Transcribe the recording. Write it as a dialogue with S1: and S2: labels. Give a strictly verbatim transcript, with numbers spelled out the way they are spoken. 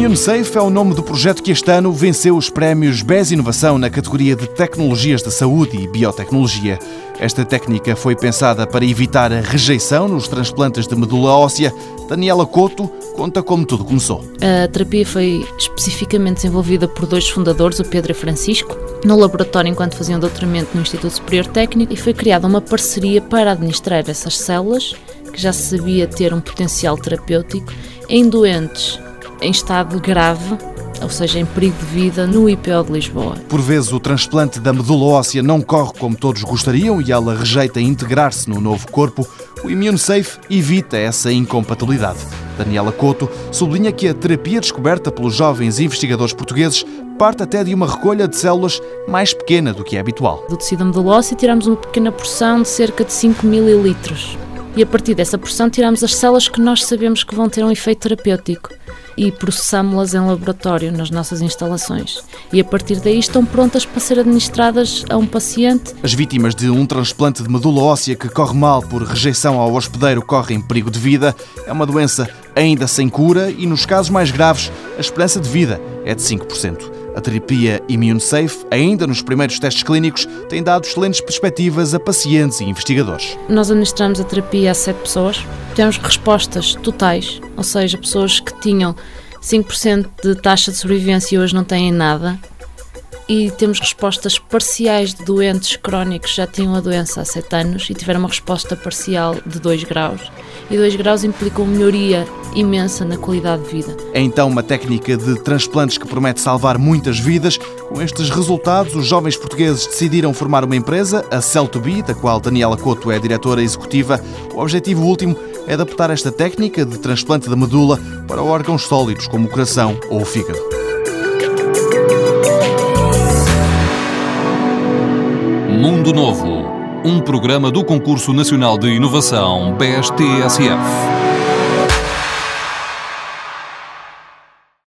S1: ImmuneSafe é o nome do projeto que este ano venceu os prémios B E S Inovação na categoria de Tecnologias da Saúde e Biotecnologia. Esta técnica foi pensada para evitar a rejeição nos transplantes de medula óssea. Daniela Couto conta como tudo começou.
S2: A terapia foi especificamente desenvolvida por dois fundadores, o Pedro e Francisco, no laboratório enquanto faziam doutoramento no Instituto Superior Técnico, e foi criada uma parceria para administrar essas células, que já se sabia ter um potencial terapêutico, em doentes em estado grave, ou seja, em perigo de vida, no I P O de Lisboa.
S1: Por vezes o transplante da medula óssea não corre como todos gostariam e ela rejeita integrar-se no novo corpo. O ImmuneSafe evita essa incompatibilidade. Daniela Couto sublinha que a terapia descoberta pelos jovens investigadores portugueses parte até de uma recolha de células mais pequena do que é habitual.
S2: Do tecido da medula óssea tiramos uma pequena porção de cerca de cinco mililitros. E a partir dessa porção tiramos as células que nós sabemos que vão ter um efeito terapêutico e processámo-las em laboratório nas nossas instalações. E a partir daí estão prontas para ser administradas a um paciente.
S1: As vítimas de um transplante de medula óssea que corre mal por rejeição ao hospedeiro correm perigo de vida. É uma doença ainda sem cura e, nos casos mais graves, a esperança de vida é de cinco por cento. A terapia ImmuneSafe, ainda nos primeiros testes clínicos, tem dado excelentes perspectivas a pacientes e investigadores.
S2: Nós administramos a terapia a sete pessoas. Temos respostas totais, ou seja, pessoas que tinham cinco por cento de taxa de sobrevivência e hoje não têm nada. E temos respostas parciais de doentes crónicos que já tinham a doença há sete anos e tiveram uma resposta parcial de dois graus. E dois graus implicam melhoria imensa na qualidade de vida.
S1: É então uma técnica de transplantes que promete salvar muitas vidas. Com estes resultados, os jovens portugueses decidiram formar uma empresa, a cell to be, da qual Daniela Couto é a diretora executiva. O objetivo último é adaptar esta técnica de transplante da medula para órgãos sólidos como o coração ou o fígado.
S3: Mundo Novo, um programa do Concurso Nacional de Inovação B E S T S F.